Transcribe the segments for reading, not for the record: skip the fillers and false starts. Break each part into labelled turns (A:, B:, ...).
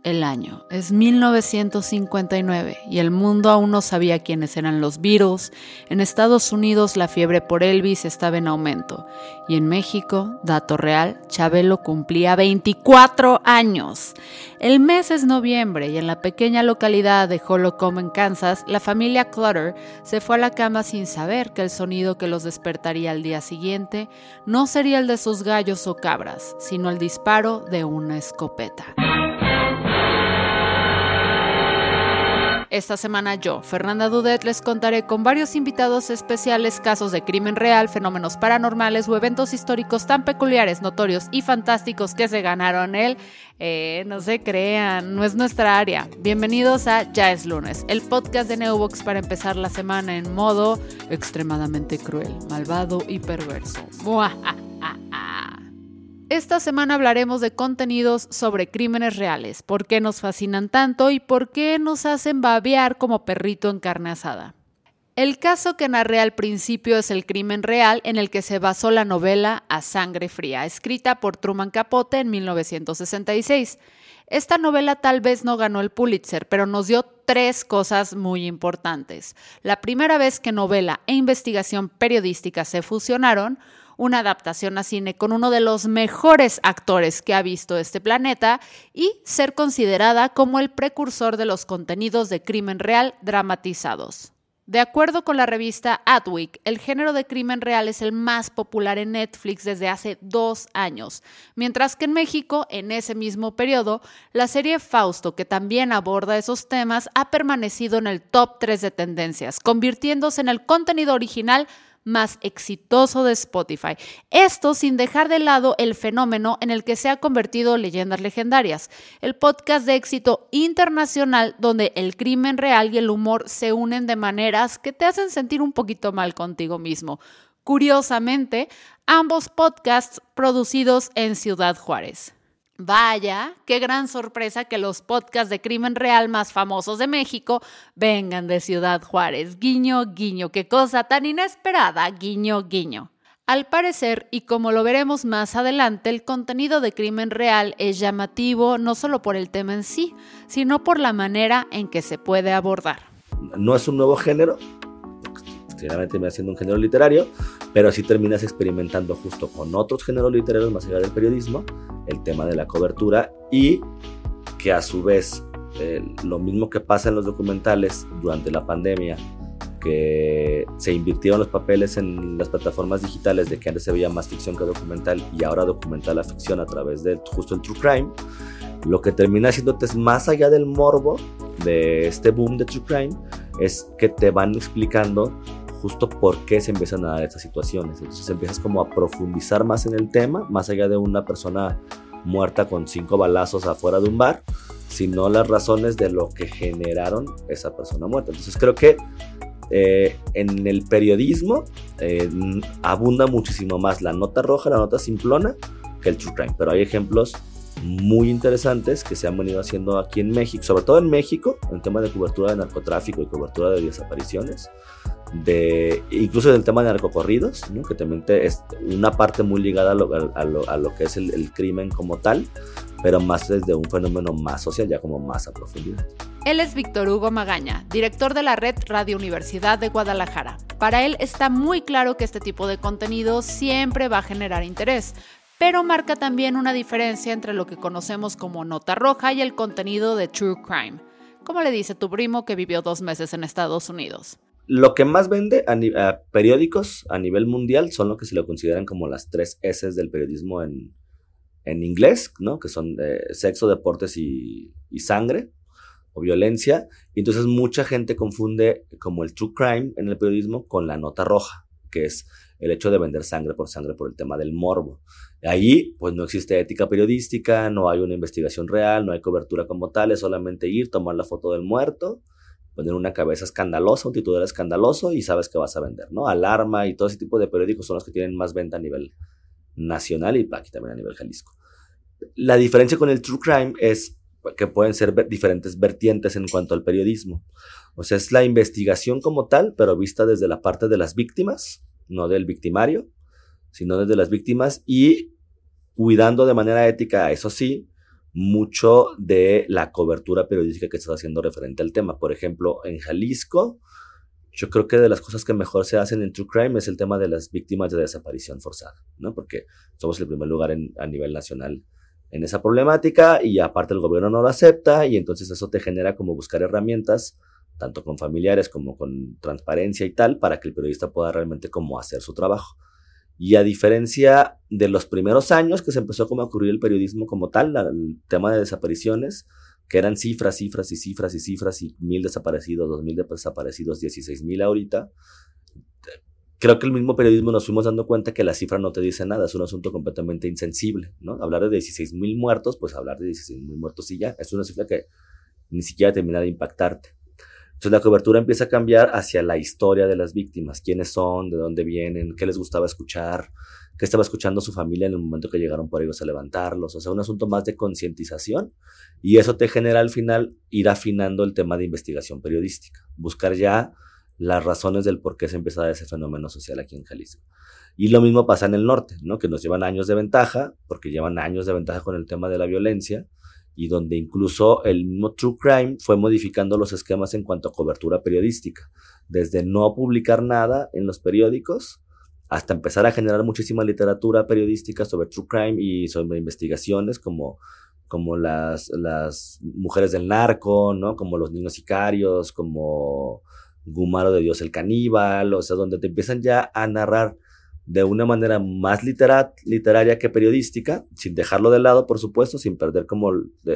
A: el año. Es 1959 y el mundo aún no sabía quiénes eran los Beatles. En Estados Unidos la fiebre por Elvis estaba en aumento. Y en México, dato real, Chabelo cumplía 24 años. El mes es noviembre y en la pequeña localidad de Holcomb, en Kansas, la familia Clutter se fue a la cama sin saber que el sonido que los despertaría al día siguiente no sería el de sus gallos o cabras, sino el disparo de una escopeta. Esta semana yo, Fernanda Dudet, les contaré con varios invitados especiales casos de crimen real, fenómenos paranormales o eventos históricos tan peculiares, notorios y fantásticos que se ganaron no se crean, no es nuestra área. Bienvenidos a Ya es lunes, el podcast de Neobox para empezar la semana en modo extremadamente cruel, malvado y perverso. Esta semana hablaremos de contenidos sobre crímenes reales, por qué nos fascinan tanto y por qué nos hacen babear como perrito en carne asada. El caso que narré al principio es el crimen real en el que se basó la novela A Sangre Fría, escrita por Truman Capote en 1966. Esta novela tal vez no ganó el Pulitzer, pero nos dio 3 cosas muy importantes. La primera vez que novela e investigación periodística se fusionaron, una adaptación a cine con uno de los mejores actores que ha visto este planeta y ser considerada como el precursor de los contenidos de crimen real dramatizados. De acuerdo con la revista Adweek, el género de crimen real es el más popular en Netflix desde hace 2 años, mientras que en México, en ese mismo periodo, la serie Fausto, que también aborda esos temas, ha permanecido en el top 3 de tendencias, convirtiéndose en el contenido original más exitoso de Spotify. Esto sin dejar de lado el fenómeno en el que se ha convertido Leyendas Legendarias, el podcast de éxito internacional donde el crimen real y el humor se unen de maneras que te hacen sentir un poquito mal contigo mismo. Curiosamente, ambos podcasts producidos en Ciudad Juárez. Vaya, qué gran sorpresa que los podcasts de crimen real más famosos de México vengan de Ciudad Juárez. Guiño, guiño, qué cosa tan inesperada, guiño, guiño. Al parecer, y como lo veremos más adelante, el contenido de crimen real es llamativo no solo por el tema en sí, sino por la manera en que se puede abordar.
B: No es un nuevo género, finalmente termina siendo un género literario, pero sí terminas experimentando justo con otros géneros literarios más allá del periodismo, el tema de la cobertura y que a su vez lo mismo que pasa en los documentales durante la pandemia, que se invirtieron los papeles en las plataformas digitales de que antes se veía más ficción que documental y ahora documental a ficción a través de justo el true crime, lo que termina haciéndote es más allá del morbo de este boom de true crime, es que te van explicando justo por qué se empiezan a dar estas situaciones. Entonces empiezas como a profundizar más en el tema, más allá de una persona muerta con 5 balazos afuera de un bar, sino las razones de lo que generaron esa persona muerta. Entonces creo que en el periodismo abunda muchísimo más la nota roja, la nota simplona, que el true crime. Pero hay ejemplos muy interesantes que se han venido haciendo aquí en México, sobre todo en México, en tema de cobertura de narcotráfico y cobertura de desapariciones, incluso del tema de narcocorridos, ¿no? Que también es una parte muy ligada a lo que es el crimen como tal, pero más desde un fenómeno más social, ya como más a profundidad.
A: Él es Víctor Hugo Magaña, director de la red Radio Universidad de Guadalajara. Para él está muy claro que este tipo de contenido siempre va a generar interés, pero marca también una diferencia entre lo que conocemos como nota roja y el contenido de true crime. ¿Cómo le dice tu primo que vivió 2 meses en Estados Unidos?
B: Lo que más vende a periódicos a nivel mundial son lo que se le consideran como las 3 S del periodismo en inglés, ¿no? Que son sexo, deportes y sangre o violencia. Y entonces mucha gente confunde como el true crime en el periodismo con la nota roja, que es el hecho de vender sangre por el tema del morbo. Ahí pues no existe ética periodística, no hay una investigación real, no hay cobertura como tal, es solamente ir, tomar la foto del muerto, poner una cabeza escandalosa, un titular escandaloso y sabes que vas a vender, ¿no? Alarma y todo ese tipo de periódicos son los que tienen más venta a nivel nacional y aquí también a nivel Jalisco. La diferencia con el true crime es que pueden ser diferentes vertientes en cuanto al periodismo. O sea, es la investigación como tal, pero vista desde la parte de las víctimas, no del victimario, sino desde las víctimas y cuidando de manera ética, eso sí, mucho de la cobertura periodística que estás haciendo referente al tema. Por ejemplo, en Jalisco, yo creo que de las cosas que mejor se hacen en True Crime es el tema de las víctimas de desaparición forzada, ¿no? Porque somos el primer lugar a nivel nacional en esa problemática y aparte el gobierno no lo acepta y entonces eso te genera como buscar herramientas, tanto con familiares como con transparencia y tal, para que el periodista pueda realmente como hacer su trabajo. Y a diferencia de los primeros años que se empezó como a ocurrir el periodismo como tal, el tema de desapariciones, que eran cifras y 1,000 desaparecidos, 2,000 desaparecidos, 16,000 ahorita. Creo que el mismo periodismo nos fuimos dando cuenta que la cifra no te dice nada, es un asunto completamente insensible, ¿no? Hablar de 16,000 muertos, pues hablar de 16,000 muertos y ya, es una cifra que ni siquiera termina de impactarte. Entonces la cobertura empieza a cambiar hacia la historia de las víctimas, quiénes son, de dónde vienen, qué les gustaba escuchar, qué estaba escuchando su familia en el momento que llegaron por ellos a levantarlos, o sea, un asunto más de concientización y eso te genera al final ir afinando el tema de investigación periodística, buscar ya las razones del por qué se empieza a dar ese fenómeno social aquí en Jalisco. Y lo mismo pasa en el norte, ¿no? Que nos llevan años de ventaja, porque llevan años de ventaja con el tema de la violencia, y donde incluso el mismo True Crime fue modificando los esquemas en cuanto a cobertura periodística, desde no publicar nada en los periódicos hasta empezar a generar muchísima literatura periodística sobre True Crime y sobre investigaciones como las mujeres del narco, ¿no? Como los niños sicarios, como Gumaro de Dios el caníbal, o sea, donde te empiezan ya a narrar de una manera más literaria que periodística, sin dejarlo de lado, por supuesto, sin perder como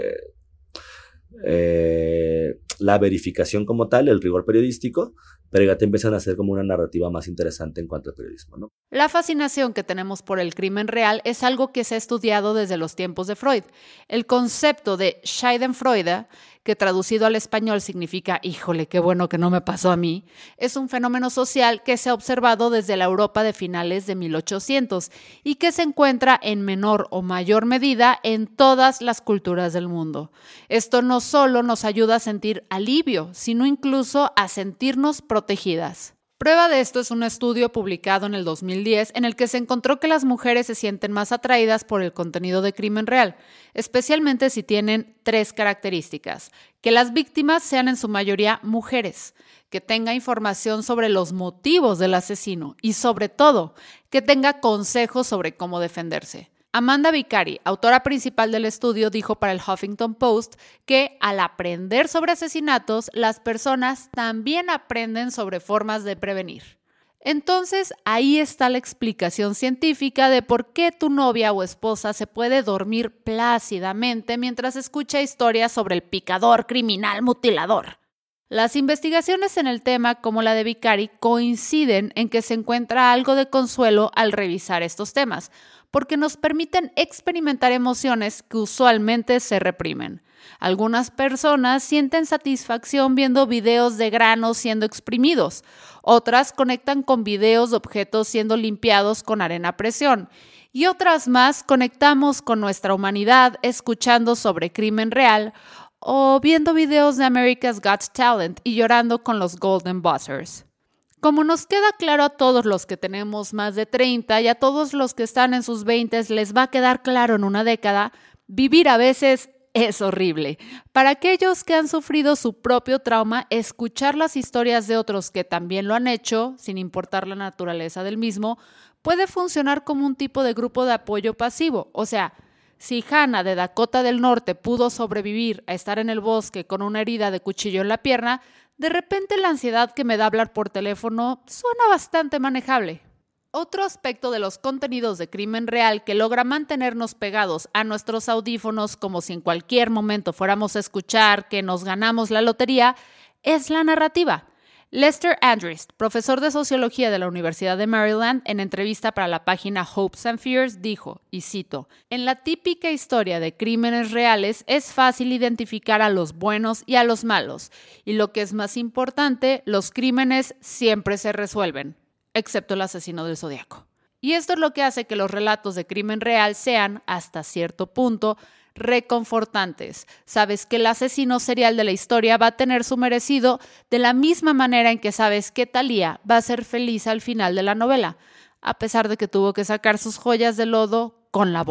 B: la verificación como tal, el rigor periodístico, pero ya te empiezan a hacer como una narrativa más interesante en cuanto al periodismo, ¿no?
A: La fascinación que tenemos por el crimen real es algo que se ha estudiado desde los tiempos de Freud. El concepto de Schadenfreude, que traducido al español significa «híjole, qué bueno que no me pasó a mí», es un fenómeno social que se ha observado desde la Europa de finales de 1800 y que se encuentra en menor o mayor medida en todas las culturas del mundo. Esto no solo nos ayuda a sentir alivio, sino incluso a sentirnos protegidas. Prueba de esto es un estudio publicado en el 2010 en el que se encontró que las mujeres se sienten más atraídas por el contenido de crimen real, especialmente si tienen 3 características: que las víctimas sean en su mayoría mujeres, que tenga información sobre los motivos del asesino y, sobre todo, que tenga consejos sobre cómo defenderse. Amanda Vicari, autora principal del estudio, dijo para el Huffington Post que al aprender sobre asesinatos, las personas también aprenden sobre formas de prevenir. Entonces, ahí está la explicación científica de por qué tu novia o esposa se puede dormir plácidamente mientras escucha historias sobre el picador criminal mutilador. Las investigaciones en el tema, como la de Vicari, coinciden en que se encuentra algo de consuelo al revisar estos temas, porque nos permiten experimentar emociones que usualmente se reprimen. Algunas personas sienten satisfacción viendo videos de granos siendo exprimidos, otras conectan con videos de objetos siendo limpiados con arena a presión, y otras más conectamos con nuestra humanidad escuchando sobre crimen real o viendo videos de America's Got Talent y llorando con los Golden Buzzers. Como nos queda claro a todos los que tenemos más de 30 y a todos los que están en sus 20 les va a quedar claro en una década, vivir a veces es horrible. Para aquellos que han sufrido su propio trauma, escuchar las historias de otros que también lo han hecho, sin importar la naturaleza del mismo, puede funcionar como un tipo de grupo de apoyo pasivo. O sea, si Hannah de Dakota del Norte pudo sobrevivir a estar en el bosque con una herida de cuchillo en la pierna, de repente la ansiedad que me da hablar por teléfono suena bastante manejable. Otro aspecto de los contenidos de crimen real que logra mantenernos pegados a nuestros audífonos como si en cualquier momento fuéramos a escuchar que nos ganamos la lotería es la narrativa. Lester Andrist, profesor de Sociología de la Universidad de Maryland, en entrevista para la página Hopes and Fears, dijo, y cito, «En la típica historia de crímenes reales es fácil identificar a los buenos y a los malos, y lo que es más importante, los crímenes siempre se resuelven, excepto el asesino del Zodiaco». Y esto es lo que hace que los relatos de crimen real sean, hasta cierto punto, reconfortantes. Sabes que el asesino serial de la historia va a tener su merecido de la misma manera en que sabes que Thalía va a ser feliz al final de la novela, a pesar de que tuvo que sacar sus joyas de lodo con la boca.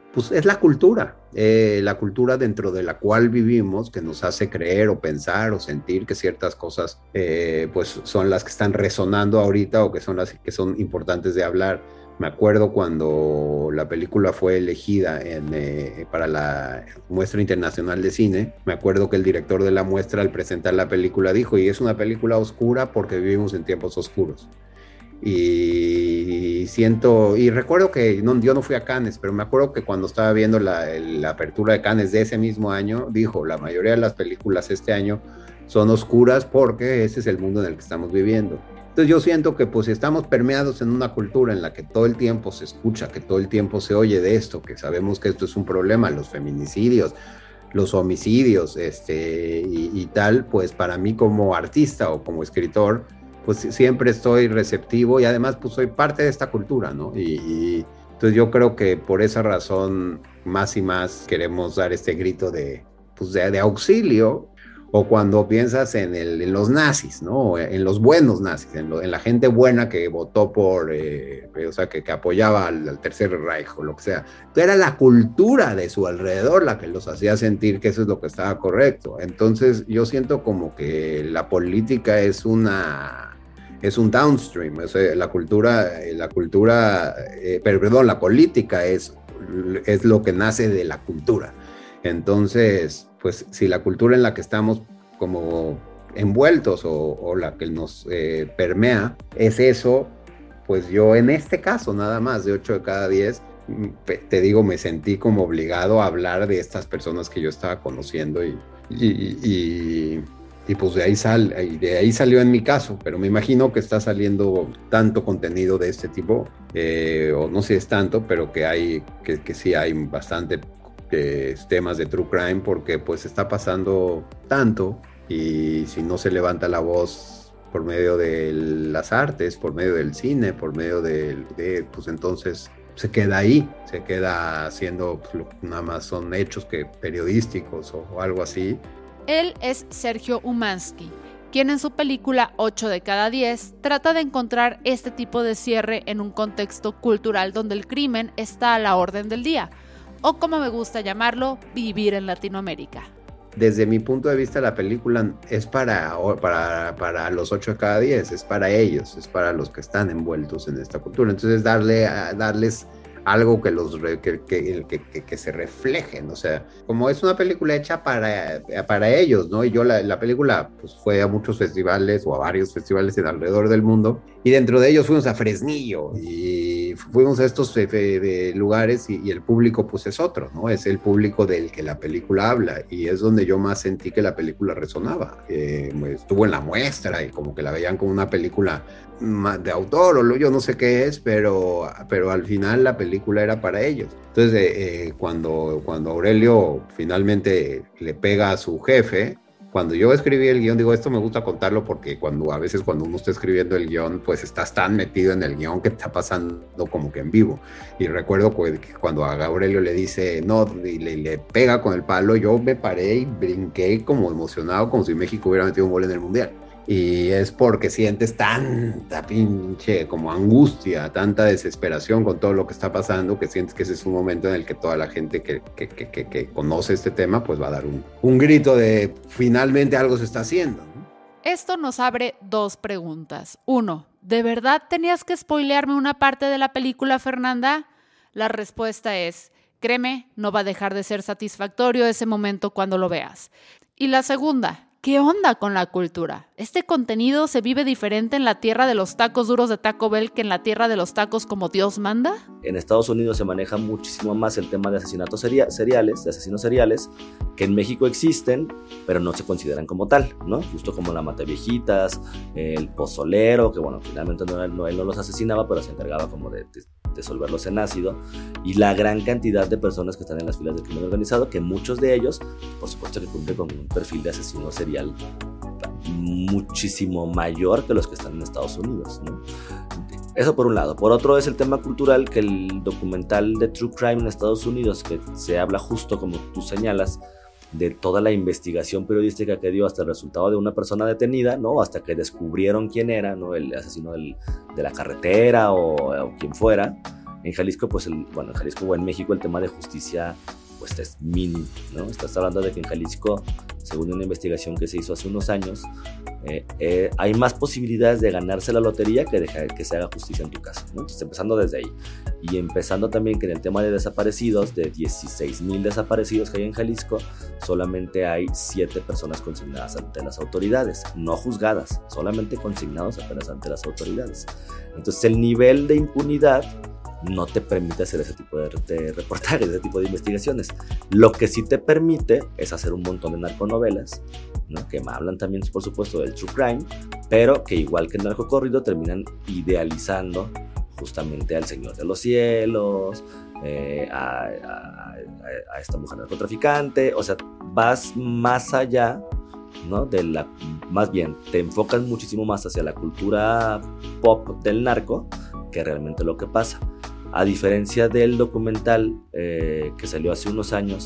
C: Pues es la cultura dentro de la cual vivimos, que nos hace creer o pensar o sentir que ciertas cosas pues son las que están resonando ahorita o que son las que son importantes de hablar. Me acuerdo cuando la película fue elegida para la Muestra Internacional de Cine, me acuerdo que el director de la muestra al presentar la película dijo, y es una película oscura porque vivimos en tiempos oscuros. Y recuerdo que yo no fui a Cannes, pero me acuerdo que cuando estaba viendo la apertura de Cannes de ese mismo año, dijo, la mayoría de las películas este año son oscuras porque ese es el mundo en el que estamos viviendo. Entonces yo siento que pues estamos permeados en una cultura en la que todo el tiempo se escucha, que todo el tiempo se oye de esto, que sabemos que esto es un problema, los feminicidios, los homicidios, y tal, pues para mí como artista o como escritor, pues siempre estoy receptivo y además pues soy parte de esta cultura, ¿no? Y entonces yo creo que por esa razón más y más queremos dar este grito de auxilio, o cuando piensas en los nazis, ¿no? En los buenos nazis, en la gente buena que votó o sea, que apoyaba al Tercer Reich o lo que sea. Entonces era la cultura de su alrededor la que los hacía sentir que eso es lo que estaba correcto. Entonces yo siento como que la política es un downstream, o sea, la política es lo que nace de la cultura. Entonces, pues si la cultura en la que estamos como envueltos o la que nos permea es eso, pues yo en este caso nada más de 8 de cada 10, te digo, me sentí como obligado a hablar de estas personas que yo estaba conociendo y pues de ahí salió en mi caso, pero me imagino que está saliendo tanto contenido de este tipo, o no sé si es tanto, pero que sí hay bastante temas de true crime, porque pues está pasando tanto, y si no se levanta la voz por medio de las artes, por medio del cine, por medio pues entonces se queda ahí, se queda haciendo pues, nada más son hechos periodísticos o algo así.
A: Él es Sergio Umansky, quien en su película 8 de cada 10 trata de encontrar este tipo de cierre en un contexto cultural donde el crimen está a la orden del día, o como me gusta llamarlo, vivir en Latinoamérica.
C: Desde mi punto de vista, la película es para los 8 de cada 10, es para ellos, es para los que están envueltos en esta cultura. Entonces, darles algo que se reflejen, o sea, como es una película hecha para ellos, ¿no? Y yo la película pues fue a muchos festivales o a varios festivales alrededor del mundo, y dentro de ellos fuimos a Fresnillo y fuimos a estos lugares y el público pues es otro, ¿no? Es el público del que la película habla, y es donde yo más sentí que la película resonaba. Estuvo en la muestra y como que la veían como una película de autor o yo no sé qué es, pero al final la película era para ellos. Entonces cuando Aurelio finalmente le pega a su jefe, cuando yo escribí el guión, digo, esto me gusta contarlo porque a veces cuando uno está escribiendo el guión, pues estás tan metido en el guión que está pasando como que en vivo. Y recuerdo que cuando a Aurelio le dice no, y le pega con el palo, yo me paré y brinqué como emocionado, como si México hubiera metido un gol en el Mundial. Y es porque sientes tanta pinche como angustia, tanta desesperación con todo lo que está pasando, que sientes que ese es un momento en el que toda la gente que conoce este tema pues va a dar un grito de finalmente algo se está haciendo, ¿no?
A: Esto nos abre dos preguntas. 1. ¿De verdad tenías que spoilearme una parte de la película, Fernanda? La respuesta es, créeme, no va a dejar de ser satisfactorio ese momento cuando lo veas. Y la segunda, ¿qué onda con la cultura? ¿Este contenido se vive diferente en la tierra de los tacos duros de Taco Bell que en la tierra de los tacos como Dios manda?
B: En Estados Unidos se maneja muchísimo más el tema de asesinatos seriales, de asesinos seriales, que en México existen, pero no se consideran como tal, ¿no? Justo como la Mataviejitas, el Pozolero, que bueno, finalmente él no los asesinaba, pero se encargaba como de disolverlos en ácido, y la gran cantidad de personas que están en las filas del crimen organizado, que muchos de ellos, por supuesto que cumplen con un perfil de asesino serial muchísimo mayor que los que están en Estados Unidos, ¿no? Eso por un lado. Por otro es el tema cultural, que el documental de True Crime en Estados Unidos, que se habla justo como tú señalas, de toda la investigación periodística que dio hasta el resultado de una persona detenida, ¿no? Hasta que descubrieron quién era, ¿no? El asesino de la carretera o quien fuera. En Jalisco, pues, en Jalisco o en México el tema de justicia pues es mínimo, ¿no? Estás hablando de que en Jalisco, según una investigación que se hizo hace unos años, hay más posibilidades de ganarse la lotería que de que se haga justicia en tu casa, ¿no? Entonces, empezando desde ahí. Y empezando también que en el tema de desaparecidos, de 16,000 desaparecidos que hay en Jalisco, solamente hay 7 personas consignadas ante las autoridades, no juzgadas, solamente consignados apenas ante las autoridades. Entonces, el nivel de impunidad no te permite hacer ese tipo de reportajes, ese tipo de investigaciones. Lo que sí te permite es hacer un montón de narconovelas, ¿no? Que me hablan también, por supuesto, del true crime, pero que igual que el narcocorrido terminan idealizando justamente al Señor de los Cielos, a esta mujer narcotraficante. O sea, vas más allá, ¿no? Más bien, te enfocas muchísimo más hacia la cultura pop del narco que realmente lo que pasa. A diferencia del documental que salió hace unos años,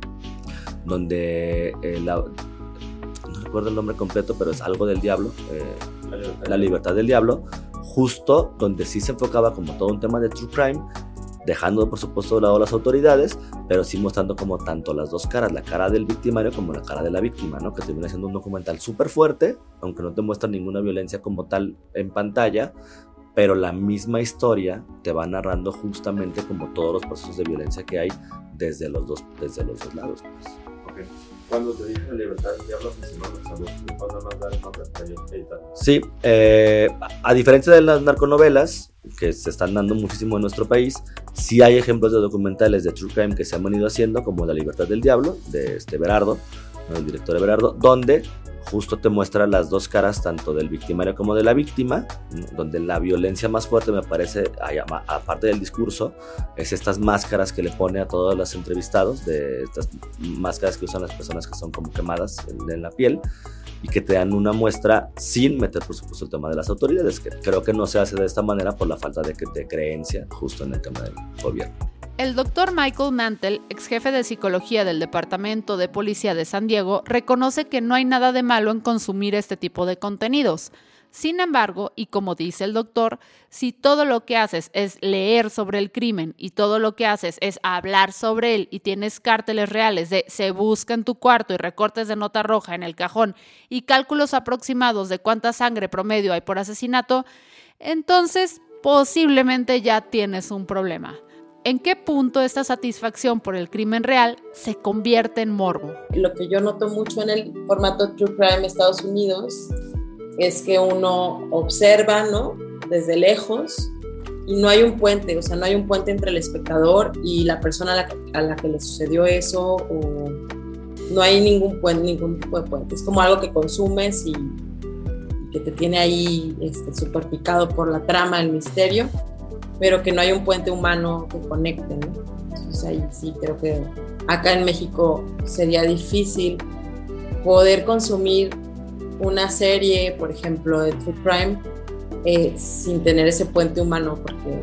B: donde no recuerdo el nombre completo, pero es algo del diablo, La Libertad del Diablo, justo donde sí se enfocaba como todo un tema de true crime, dejando por supuesto de lado las autoridades, pero sí mostrando como tanto las dos caras, la cara del victimario como la cara de la víctima, ¿no? Que termina siendo un documental súper fuerte, aunque no te muestra ninguna violencia como tal en pantalla, pero la misma historia te va narrando justamente como todos los procesos de violencia que hay desde los dos lados. Pues.
D: Okay. Cuando te dicen Libertad del Diablo, si no lo sabes, ¿me puedes mandar el nombre para yo editar?
B: Sí, a diferencia de las narconovelas que se están dando muchísimo en nuestro país, sí hay ejemplos de documentales de true crime que se han venido haciendo, como La Libertad del Diablo, de Berardo, el director Everardo, donde justo te muestra las dos caras, tanto del victimario como de la víctima, ¿no? Donde la violencia más fuerte, me parece, aparte del discurso, es estas máscaras que le pone a todos los entrevistados, de estas máscaras que usan las personas que son como quemadas en la piel, y que te dan una muestra sin meter, por supuesto, el tema de las autoridades, que creo que no se hace de esta manera por la falta de creencia justo en el tema del gobierno.
A: El doctor Michael Mantle, ex jefe de psicología del Departamento de Policía de San Diego, reconoce que no hay nada de malo en consumir este tipo de contenidos. Sin embargo, y como dice el doctor, si todo lo que haces es leer sobre el crimen y todo lo que haces es hablar sobre él y tienes cárteles reales de se busca en tu cuarto y recortes de nota roja en el cajón y cálculos aproximados de cuánta sangre promedio hay por asesinato, entonces posiblemente ya tienes un problema. ¿En qué punto esta satisfacción por el crimen real se convierte en morbo?
E: Lo que yo noto mucho en el formato True Crime Estados Unidos es que uno observa, ¿no? Desde lejos y no hay un puente, o sea, no hay un puente entre el espectador y la persona a la que le sucedió eso, o no hay ningún tipo de puente. Es como algo que consumes y que te tiene ahí súper picado por la trama, el misterio, pero que no hay un puente humano que conecte, ¿no? Entonces ahí sí creo que acá en México sería difícil poder consumir una serie, por ejemplo, de True Crime sin tener ese puente humano, porque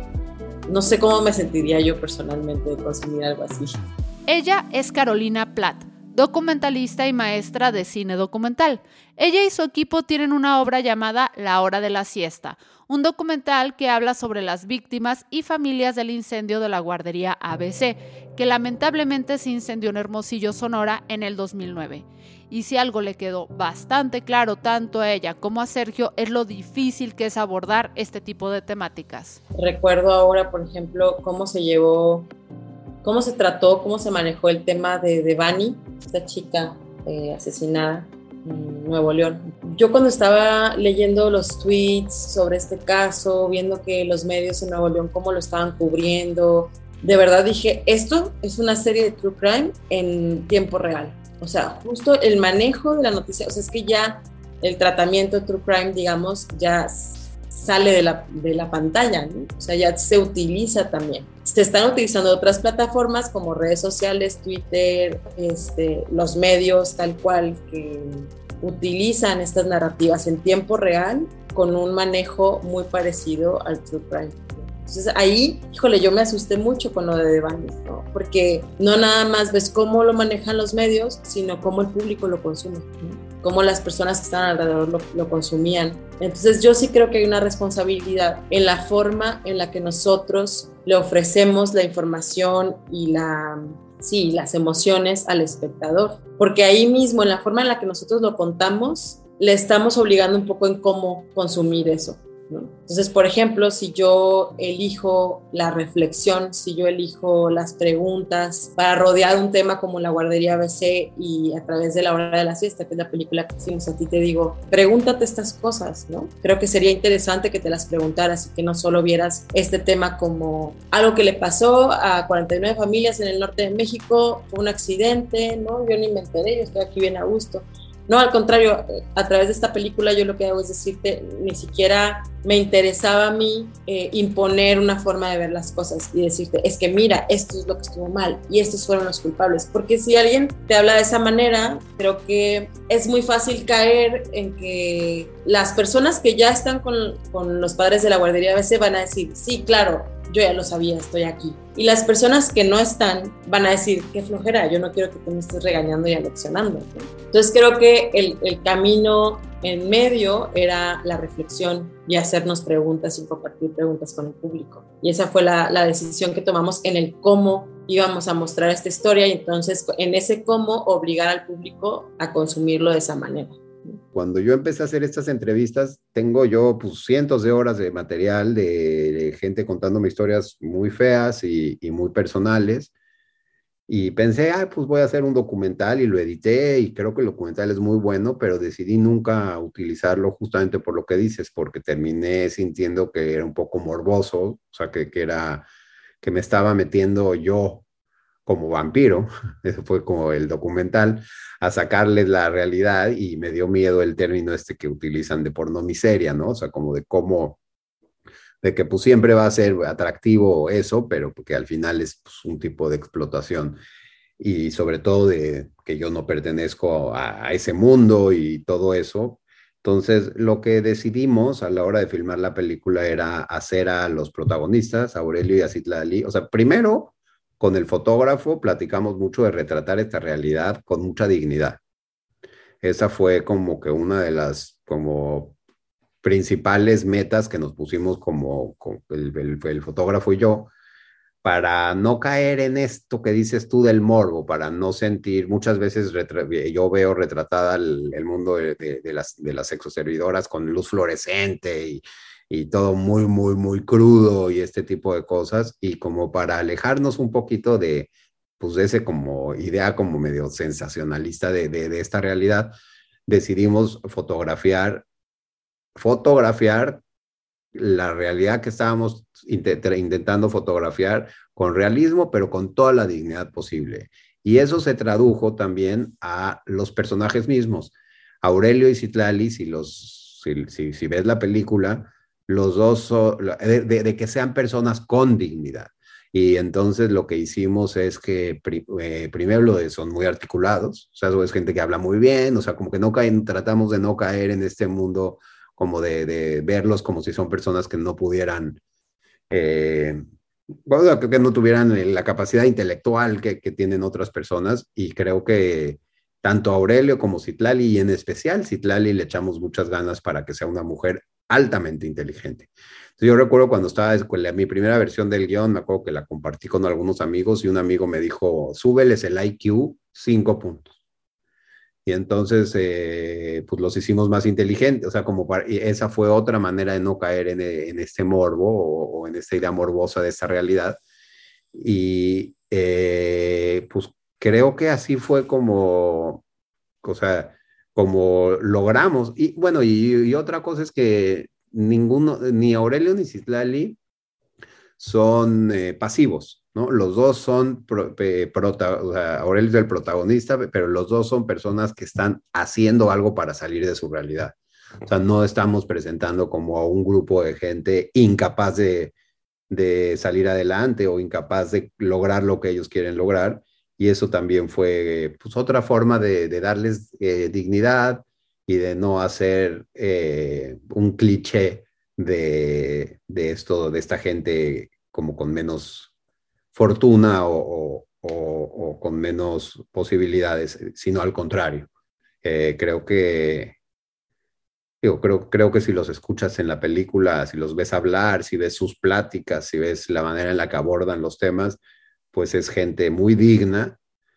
E: no sé cómo me sentiría yo personalmente de consumir algo así.
A: Ella es Carolina Platt, documentalista y maestra de cine documental. Ella y su equipo tienen una obra llamada La Hora de la Siesta, un documental que habla sobre las víctimas y familias del incendio de la guardería ABC, que lamentablemente se incendió en Hermosillo, Sonora, en el 2009. Y si algo le quedó bastante claro tanto a ella como a Sergio, es lo difícil que es abordar este tipo de temáticas.
E: Recuerdo ahora, por ejemplo, cómo se llevó, cómo se trató, cómo se manejó el tema de Devani, esta chica asesinada en Nuevo León. Yo cuando estaba leyendo los tweets sobre este caso, viendo que los medios en Nuevo León cómo lo estaban cubriendo, de verdad dije, esto es una serie de True Crime en tiempo real. O sea, justo el manejo de la noticia, o sea, es que ya el tratamiento de True Crime, digamos, ya sale de la pantalla, ¿no? O sea, ya se utiliza también. Se están utilizando otras plataformas como redes sociales, Twitter, los medios tal cual, que utilizan estas narrativas en tiempo real con un manejo muy parecido al True Crime. Entonces ahí, híjole, yo me asusté mucho con lo de Devani, ¿no? Porque no nada más ves cómo lo manejan los medios, sino cómo el público lo consume, ¿no? cómo las personas que estaban alrededor lo consumían. Entonces yo sí creo que hay una responsabilidad en la forma en la que nosotros le ofrecemos la información y las emociones al espectador, porque ahí mismo, en la forma en la que nosotros lo contamos, le estamos obligando un poco en cómo consumir eso, ¿no? Entonces, por ejemplo, si yo elijo la reflexión, si yo elijo las preguntas para rodear un tema como la guardería ABC y a través de La Hora de la Siesta, que es la película que hicimos, a ti te digo, pregúntate estas cosas, ¿no? Creo que sería interesante que te las preguntaras y que no solo vieras este tema como algo que le pasó a 49 familias en el norte de México, fue un accidente, ¿no? Yo ni me enteré, yo estoy aquí bien a gusto. No, al contrario, a través de esta película yo lo que hago es decirte, ni siquiera me interesaba a mí imponer una forma de ver las cosas y decirte, es que mira, esto es lo que estuvo mal y estos fueron los culpables. Porque si alguien te habla de esa manera, creo que es muy fácil caer en que las personas que ya están con los padres de la guardería ABC van a decir, sí, claro, yo ya lo sabía, estoy aquí. Y las personas que no están van a decir, qué flojera, yo no quiero que tú me estés regañando y aleccionando, ¿no? Entonces creo que el camino en medio era la reflexión y hacernos preguntas y compartir preguntas con el público. Y esa fue la decisión que tomamos en el cómo íbamos a mostrar esta historia y entonces en ese cómo obligar al público a consumirlo de esa manera.
C: Cuando yo empecé a hacer estas entrevistas, tengo yo pues cientos de horas de material de gente contándome historias muy feas y muy personales. Y pensé, pues voy a hacer un documental y lo edité y creo que el documental es muy bueno, pero decidí nunca utilizarlo justamente por lo que dices, porque terminé sintiendo que era un poco morboso, o sea, que me estaba metiendo yo como vampiro, eso fue como el documental, a sacarles la realidad y me dio miedo el término este que utilizan de pornomiseria, ¿no? O sea, como de que pues siempre va a ser atractivo eso, pero que al final es pues, un tipo de explotación y sobre todo de que yo no pertenezco a ese mundo y todo eso. Entonces, lo que decidimos a la hora de filmar la película era hacer a los protagonistas, a Aurelio y a Citlali, o sea, primero con el fotógrafo platicamos mucho de retratar esta realidad con mucha dignidad. Esa fue como que una de las como principales metas que nos pusimos como el fotógrafo y yo, para no caer en esto que dices tú del morbo, para no sentir, muchas veces yo veo retratada el mundo de las sexoservidoras con luz fluorescente y todo muy, muy, muy crudo y este tipo de cosas, y como para alejarnos un poquito pues de ese como idea como medio sensacionalista de esta realidad, decidimos fotografiar la realidad que estábamos intentando fotografiar con realismo, pero con toda la dignidad posible. Y eso se tradujo también a los personajes mismos. Aurelio y Citlali, si ves la película, los dos son, de que sean personas con dignidad. Y entonces lo que hicimos es que primero son muy articulados, o sea, es gente que habla muy bien, o sea, como que tratamos de no caer en este mundo como de verlos como si son personas que no pudieran, bueno, que no tuvieran la capacidad intelectual que tienen otras personas, y creo que tanto Aurelio como Citlali, y en especial Citlali, le echamos muchas ganas para que sea una mujer altamente inteligente. Entonces yo recuerdo cuando estaba en mi primera versión del guión, me acuerdo que la compartí con algunos amigos y un amigo me dijo, súbeles el IQ 5 puntos. Y entonces, pues los hicimos más inteligentes, o sea, y esa fue otra manera de no caer en este morbo o en esta idea morbosa de esta realidad. Y pues creo que así fue o sea, como logramos. Y bueno, y otra cosa es que ni Aurelio ni Citlali son pasivos, ¿no? Los dos son, o sea, Aurelio es el protagonista, pero los dos son personas que están haciendo algo para salir de su realidad. O sea, no estamos presentando como a un grupo de gente incapaz de salir adelante o incapaz de lograr lo que ellos quieren lograr. Y eso también fue pues, otra forma de darles dignidad y de no hacer un cliché de esta gente como con menos fortuna o con menos posibilidades, sino al contrario. Creo que creo que si los escuchas en la película, si los ves hablar, si ves sus pláticas, si ves la manera en la que abordan los temas, pues es gente muy digna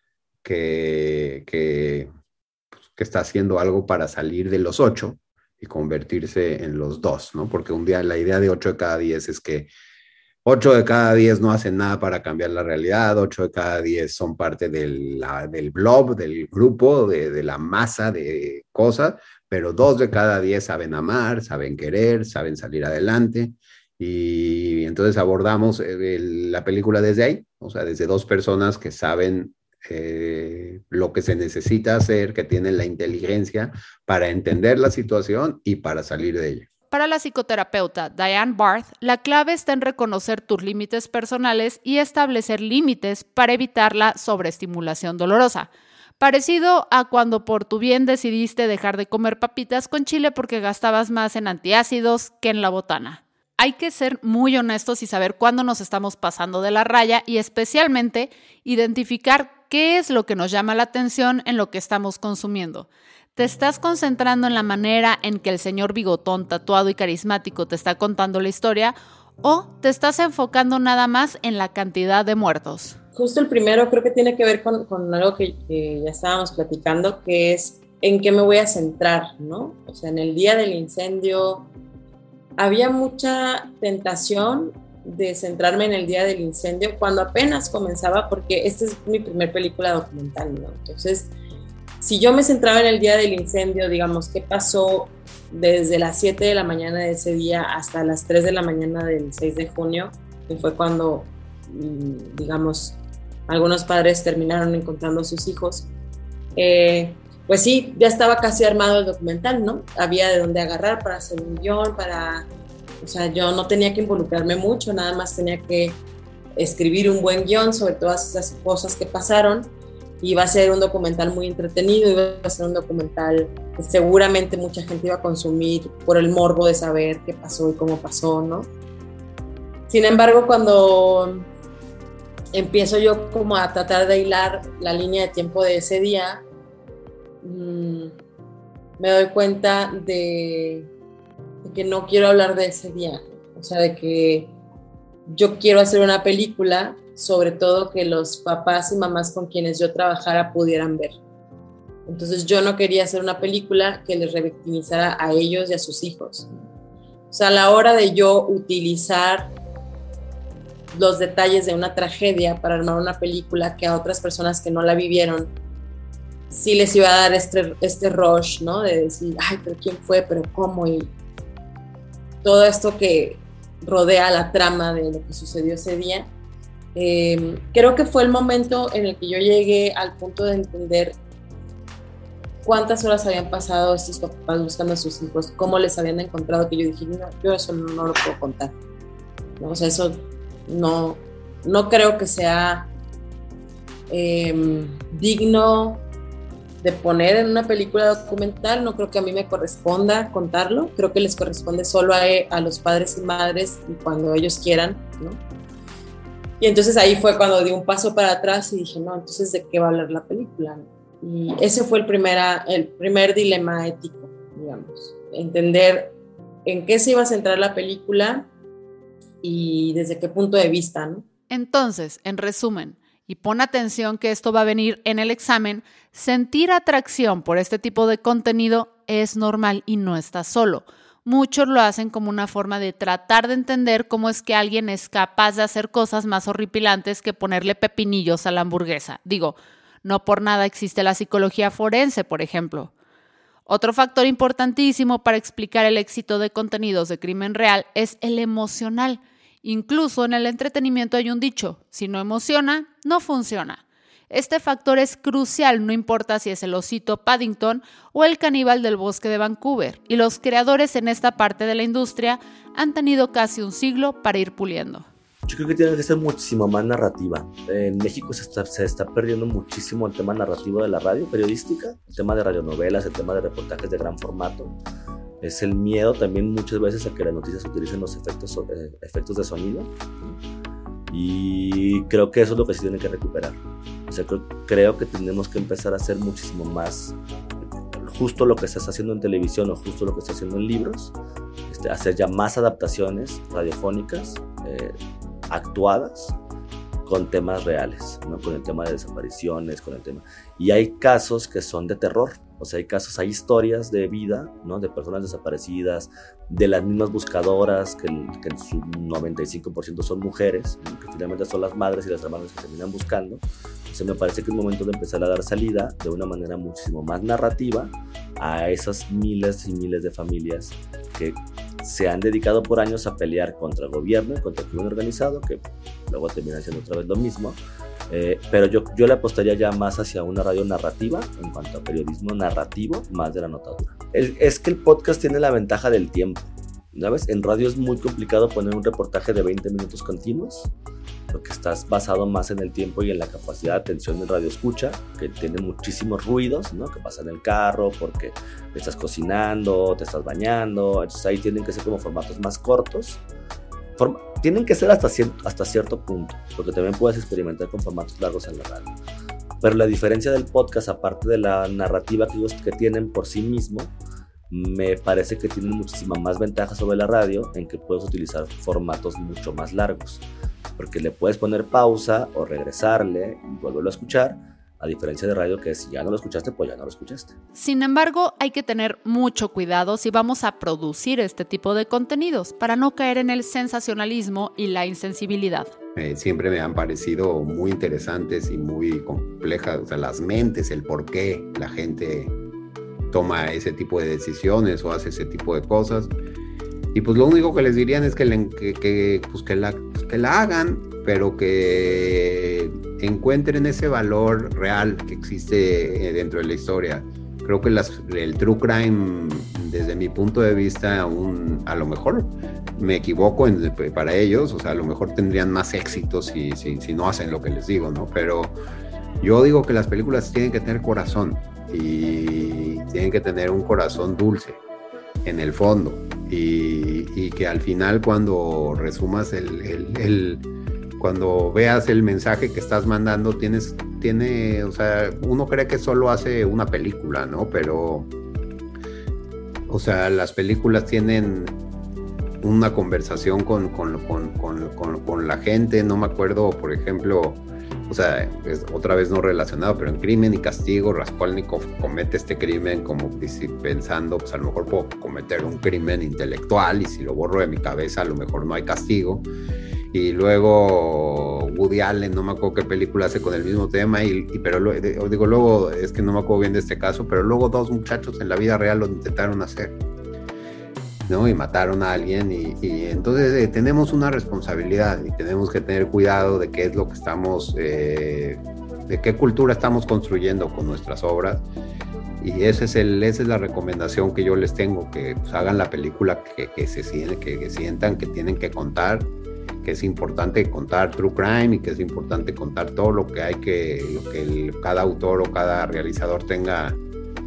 C: que está haciendo algo para salir de los 8 y convertirse en los 2, ¿no? Porque un día la idea de 8 de cada 10 es que 8 de cada 10 no hacen nada para cambiar la realidad, 8 de cada 10 son parte del blob, del grupo, de la masa de cosas, pero 2 de cada 10 saben amar, saben querer, saben salir adelante. Y entonces abordamos la película desde ahí, o sea, desde 2 personas que saben lo que se necesita hacer, que tienen la inteligencia para entender la situación y para salir de ella.
A: Para la psicoterapeuta Diane Barth, la clave está en reconocer tus límites personales y establecer límites para evitar la sobreestimulación dolorosa. Parecido a cuando por tu bien decidiste dejar de comer papitas con chile porque gastabas más en antiácidos que en la botana. Hay que ser muy honestos y saber cuándo nos estamos pasando de la raya y especialmente identificar qué es lo que nos llama la atención en lo que estamos consumiendo. ¿Te estás concentrando en la manera en que el señor bigotón, tatuado y carismático te está contando la historia o te estás enfocando nada más en la cantidad de muertos?
E: Justo el primero creo que tiene que ver con algo que ya estábamos platicando, que es en qué me voy a centrar, ¿no? O sea, en el día del incendio había mucha tentación de centrarme en el día del incendio cuando apenas comenzaba, porque esta es mi primer película documental, ¿no? Entonces, si yo me centraba en el día del incendio, digamos, ¿qué pasó desde las 7 de la mañana de ese día hasta las 3 de la mañana del 6 de junio? Que fue cuando, digamos, algunos padres terminaron encontrando a sus hijos. Pues sí, ya estaba casi armado el documental, ¿no? Había de dónde agarrar para hacer un guión, o sea, yo no tenía que involucrarme mucho, nada más tenía que escribir un buen guión sobre todas esas cosas que pasaron. Iba a ser un documental muy entretenido, iba a ser un documental que seguramente mucha gente iba a consumir por el morbo de saber qué pasó y cómo pasó, ¿no? Sin embargo, cuando empiezo yo como a tratar de hilar la línea de tiempo de ese día, me doy cuenta de que no quiero hablar de ese día, o sea, de que yo quiero hacer una película, sobre todo que los papás y mamás con quienes yo trabajara pudieran ver. Entonces yo no quería hacer una película que les revictimizara a ellos y a sus hijos. O sea, a la hora de yo utilizar los detalles de una tragedia para armar una película que a otras personas que no la vivieron sí les iba a dar este rush, ¿no? De decir, ay, pero ¿quién fue? ¿Pero cómo? Y todo esto que rodea la trama de lo que sucedió ese día. Creo que fue el momento en el que yo llegué al punto de entender cuántas horas habían pasado estos papás buscando a sus hijos, cómo les habían encontrado, que yo dije, no, yo eso no lo puedo contar, ¿no? O sea, eso no creo que sea digno de poner en una película documental, no creo que a mí me corresponda contarlo, creo que les corresponde solo a los padres y madres cuando ellos quieran, ¿no? Y entonces ahí fue cuando di un paso para atrás y dije, no, entonces ¿de qué va a hablar la película? Y ese fue el primer dilema ético, digamos, entender en qué se iba a centrar la película y desde qué punto de vista, ¿no?
A: Entonces, en resumen, y pon atención que esto va a venir en el examen, sentir atracción por este tipo de contenido es normal y no estás solo. Muchos lo hacen como una forma de tratar de entender cómo es que alguien es capaz de hacer cosas más horripilantes que ponerle pepinillos a la hamburguesa. Digo, no por nada existe la psicología forense, por ejemplo. Otro factor importantísimo para explicar el éxito de contenidos de crimen real es el emocional. Incluso en el entretenimiento hay un dicho, si no emociona, no funciona. Este factor es crucial, no importa si es el osito Paddington o el caníbal del bosque de Vancouver, y los creadores en esta parte de la industria han tenido casi un siglo para ir puliendo.
B: Yo creo que tiene que ser muchísimo más narrativa. En México se está perdiendo muchísimo el tema narrativo de la radio periodística, el tema de radionovelas, el tema de reportajes de gran formato. Es el miedo también muchas veces a que las noticias utilicen los efectos de sonido. Y creo que eso es lo que se tiene que recuperar. O sea, creo que tenemos que empezar a hacer muchísimo más justo lo que se está haciendo en televisión o justo lo que se está haciendo en libros, hacer ya más adaptaciones radiofónicas actuadas con temas reales, ¿no? Con el tema de desapariciones, con el tema... Y hay casos que son de terror, o sea, hay historias de vida, ¿no? De personas desaparecidas, de las mismas buscadoras, que en su 95% son mujeres, ¿no? Que finalmente son las madres y las hermanas que terminan buscando. Entonces me parece que es momento de empezar a dar salida de una manera muchísimo más narrativa a esas miles y miles de familias que se han dedicado por años a pelear contra el gobierno y contra el crimen organizado, que luego terminan siendo otra vez lo mismo. Pero yo le apostaría ya más hacia una radio narrativa, en cuanto a periodismo narrativo, más de la notadura. Es que el podcast tiene la ventaja del tiempo, ¿sabes? En radio es muy complicado poner un reportaje de 20 minutos continuos, porque estás basado más en el tiempo y en la capacidad de atención del radio escucha, que tiene muchísimos ruidos, ¿no? Que pasa en el carro, porque estás cocinando, te estás bañando, entonces ahí tienen que ser como formatos más cortos. Tienen que ser hasta cierto punto, porque también puedes experimentar con formatos largos en la radio. Pero la diferencia del podcast, aparte de la narrativa que tienen por sí mismo, me parece que tienen muchísima más ventaja sobre la radio, en que puedes utilizar formatos mucho más largos, porque le puedes poner pausa o regresarle y volverlo a escuchar, a diferencia de radio, que si ya no lo escuchaste, pues ya no lo escuchaste.
A: Sin embargo, hay que tener mucho cuidado si vamos a producir este tipo de contenidos para no caer en el sensacionalismo y la insensibilidad.
C: Siempre me han parecido muy interesantes y muy complejas, o sea, las mentes, el por qué la gente toma ese tipo de decisiones o hace ese tipo de cosas. Y pues lo único que les dirían es que la hagan, pero que encuentren ese valor real que existe dentro de la historia. Creo que el true crime, desde mi punto de vista, a lo mejor me equivoco para ellos, o sea, a lo mejor tendrían más éxito si no hacen lo que les digo, ¿no? Pero yo digo que las películas tienen que tener corazón y tienen que tener un corazón dulce en el fondo, y que al final, cuando resumas cuando veas el mensaje que estás mandando, o sea, uno cree que solo hace una película, ¿no? Pero, o sea, las películas tienen una conversación con la gente. No me acuerdo, por ejemplo, o sea, es otra vez no relacionado, pero en Crimen y Castigo, Raskolnikov comete este crimen como pensando, pues a lo mejor puedo cometer un crimen intelectual, y si lo borro de mi cabeza, a lo mejor no hay castigo. Y luego Woody Allen, no me acuerdo qué película hace con el mismo tema, pero luego, es que no me acuerdo bien de este caso, pero luego dos muchachos en la vida real lo intentaron hacer, ¿no? Y mataron a alguien, y entonces tenemos una responsabilidad y tenemos que tener cuidado de qué es lo que estamos, de qué cultura estamos construyendo con nuestras obras. Y esa es la recomendación que yo les tengo, que pues, hagan la película que sientan que tienen que contar, que es importante contar true crime y que es importante contar todo lo que cada autor o cada realizador tenga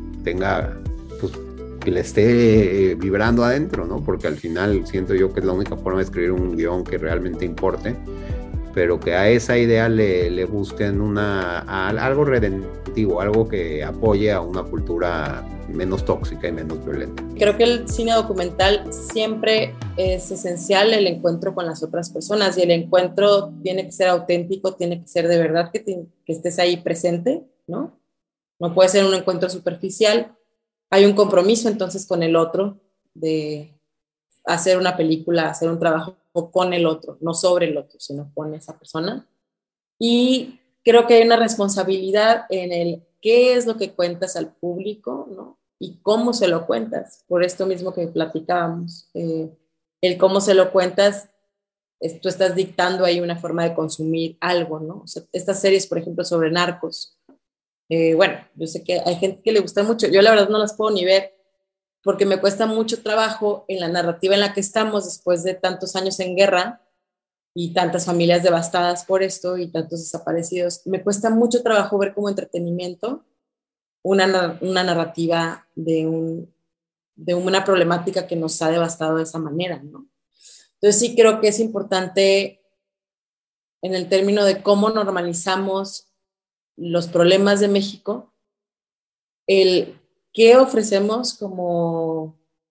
C: pues, que le esté vibrando adentro, ¿no? Porque al final siento yo que es la única forma de escribir un guión que realmente importe, pero que a esa idea le busquen algo redentivo, algo que apoye a una cultura menos tóxica y menos violenta.
E: Creo que el cine documental siempre es esencial el encuentro con las otras personas, y el encuentro tiene que ser auténtico, tiene que ser de verdad que estés ahí presente, ¿no? No puede ser un encuentro superficial. Hay un compromiso entonces con el otro de hacer una película, hacer un trabajo con el otro, no sobre el otro, sino con esa persona. Y creo que hay una responsabilidad en el qué es lo que cuentas al público, ¿no? Y cómo se lo cuentas, por esto mismo que platicábamos. El cómo se lo cuentas, tú estás dictando ahí una forma de consumir algo, ¿no? O sea, estas series, por ejemplo, sobre narcos, bueno, yo sé que hay gente que le gusta mucho, yo la verdad no las puedo ni ver, porque me cuesta mucho trabajo en la narrativa en la que estamos después de tantos años en guerra y tantas familias devastadas por esto y tantos desaparecidos. Me cuesta mucho trabajo ver como entretenimiento una narrativa de una problemática que nos ha devastado de esa manera, ¿no? Entonces sí creo que es importante en el término de cómo normalizamos los problemas de México, el qué ofrecemos como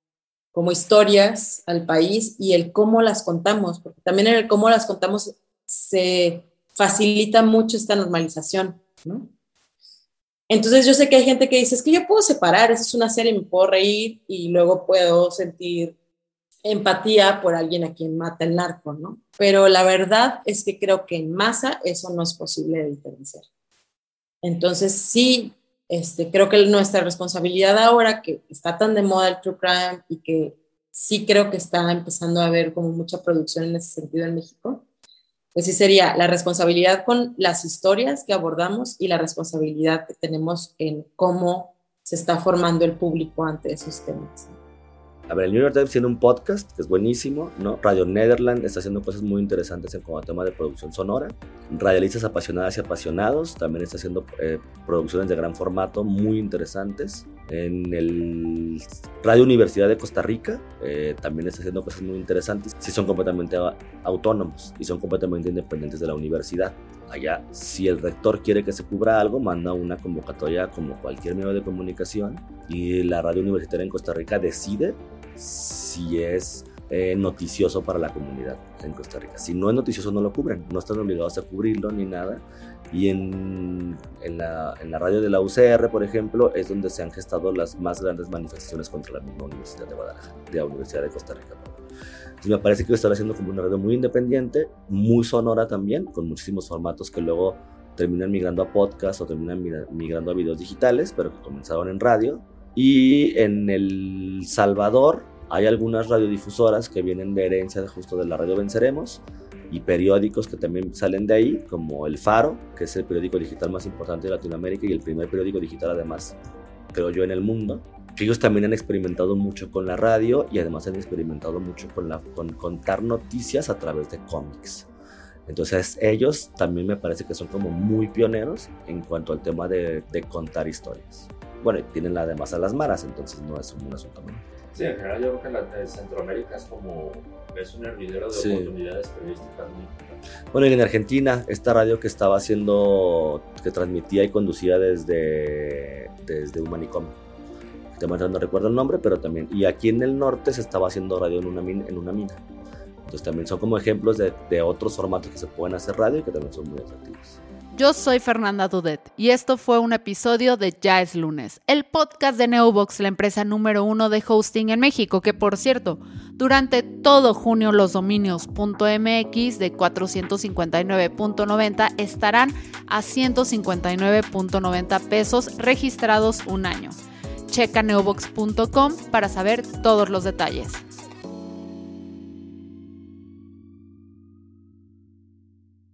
E: historias al país y el cómo las contamos, porque también en el cómo las contamos se facilita mucho esta normalización, ¿no? Entonces yo sé que hay gente que dice, es que yo puedo separar, esa es una serie, me puedo reír y luego puedo sentir empatía por alguien a quien mata el narco, ¿no? Pero la verdad es que creo que en masa eso no es posible de diferenciar. Entonces sí, creo que nuestra responsabilidad ahora que está tan de moda el true crime y que sí creo que está empezando a haber como mucha producción en ese sentido en México, pues sí sería la responsabilidad con las historias que abordamos y la responsabilidad que tenemos en cómo se está formando el público ante esos temas.
B: A ver, el New York Times tiene un podcast que es buenísimo, ¿no? Radio Nederland está haciendo cosas muy interesantes en cuanto a tema de producción sonora. Radialistas apasionadas y apasionados también está haciendo producciones de gran formato muy interesantes. En el Radio Universidad de Costa Rica también está haciendo cosas muy interesantes. Sí son completamente autónomos y son completamente independientes de la universidad. Allá, si el rector quiere que se cubra algo, manda una convocatoria como cualquier medio de comunicación y la radio universitaria en Costa Rica decide si es noticioso para la comunidad en Costa Rica. Si no es noticioso, no lo cubren, no están obligados a cubrirlo ni nada. Y en la radio de la UCR, por ejemplo, es donde se han gestado las más grandes manifestaciones contra la misma Universidad de Guadalajara, de la Universidad de Costa Rica. Entonces me parece que están haciendo como una radio muy independiente, muy sonora también, con muchísimos formatos que luego terminan migrando a podcast o terminan migrando a videos digitales, pero que comenzaron en radio. Y en El Salvador hay algunas radiodifusoras que vienen de herencia justo de la Radio Venceremos y periódicos que también salen de ahí, como El Faro, que es el periódico digital más importante de Latinoamérica y el primer periódico digital además, creo yo, en el mundo. Ellos también han experimentado mucho con la radio y además han experimentado mucho con contar noticias a través de cómics. Entonces ellos también me parece que son como muy pioneros en cuanto al tema de contar historias. Bueno, y tienen además a las maras, entonces no es un asunto menor.
D: Sí, en general yo creo que Centroamérica es un hervidero de oportunidades periodísticas muy importantes.
B: Bueno, y en Argentina, esta radio que estaba haciendo, que transmitía y conducía desde un manicomio. No recuerdo el nombre, pero también. Y aquí en el norte se estaba haciendo radio en una mina. Entonces también son como ejemplos de otros formatos que se pueden hacer radio y que también son muy atractivos.
A: Yo soy Fernanda Dudet y esto fue un episodio de Ya es Lunes, el podcast de Neobox, la empresa número 1 de hosting en México, que por cierto, durante todo junio los dominios .mx de 459.90 estarán a 159.90 pesos registrados un año. Checa neobox.com para saber todos los detalles.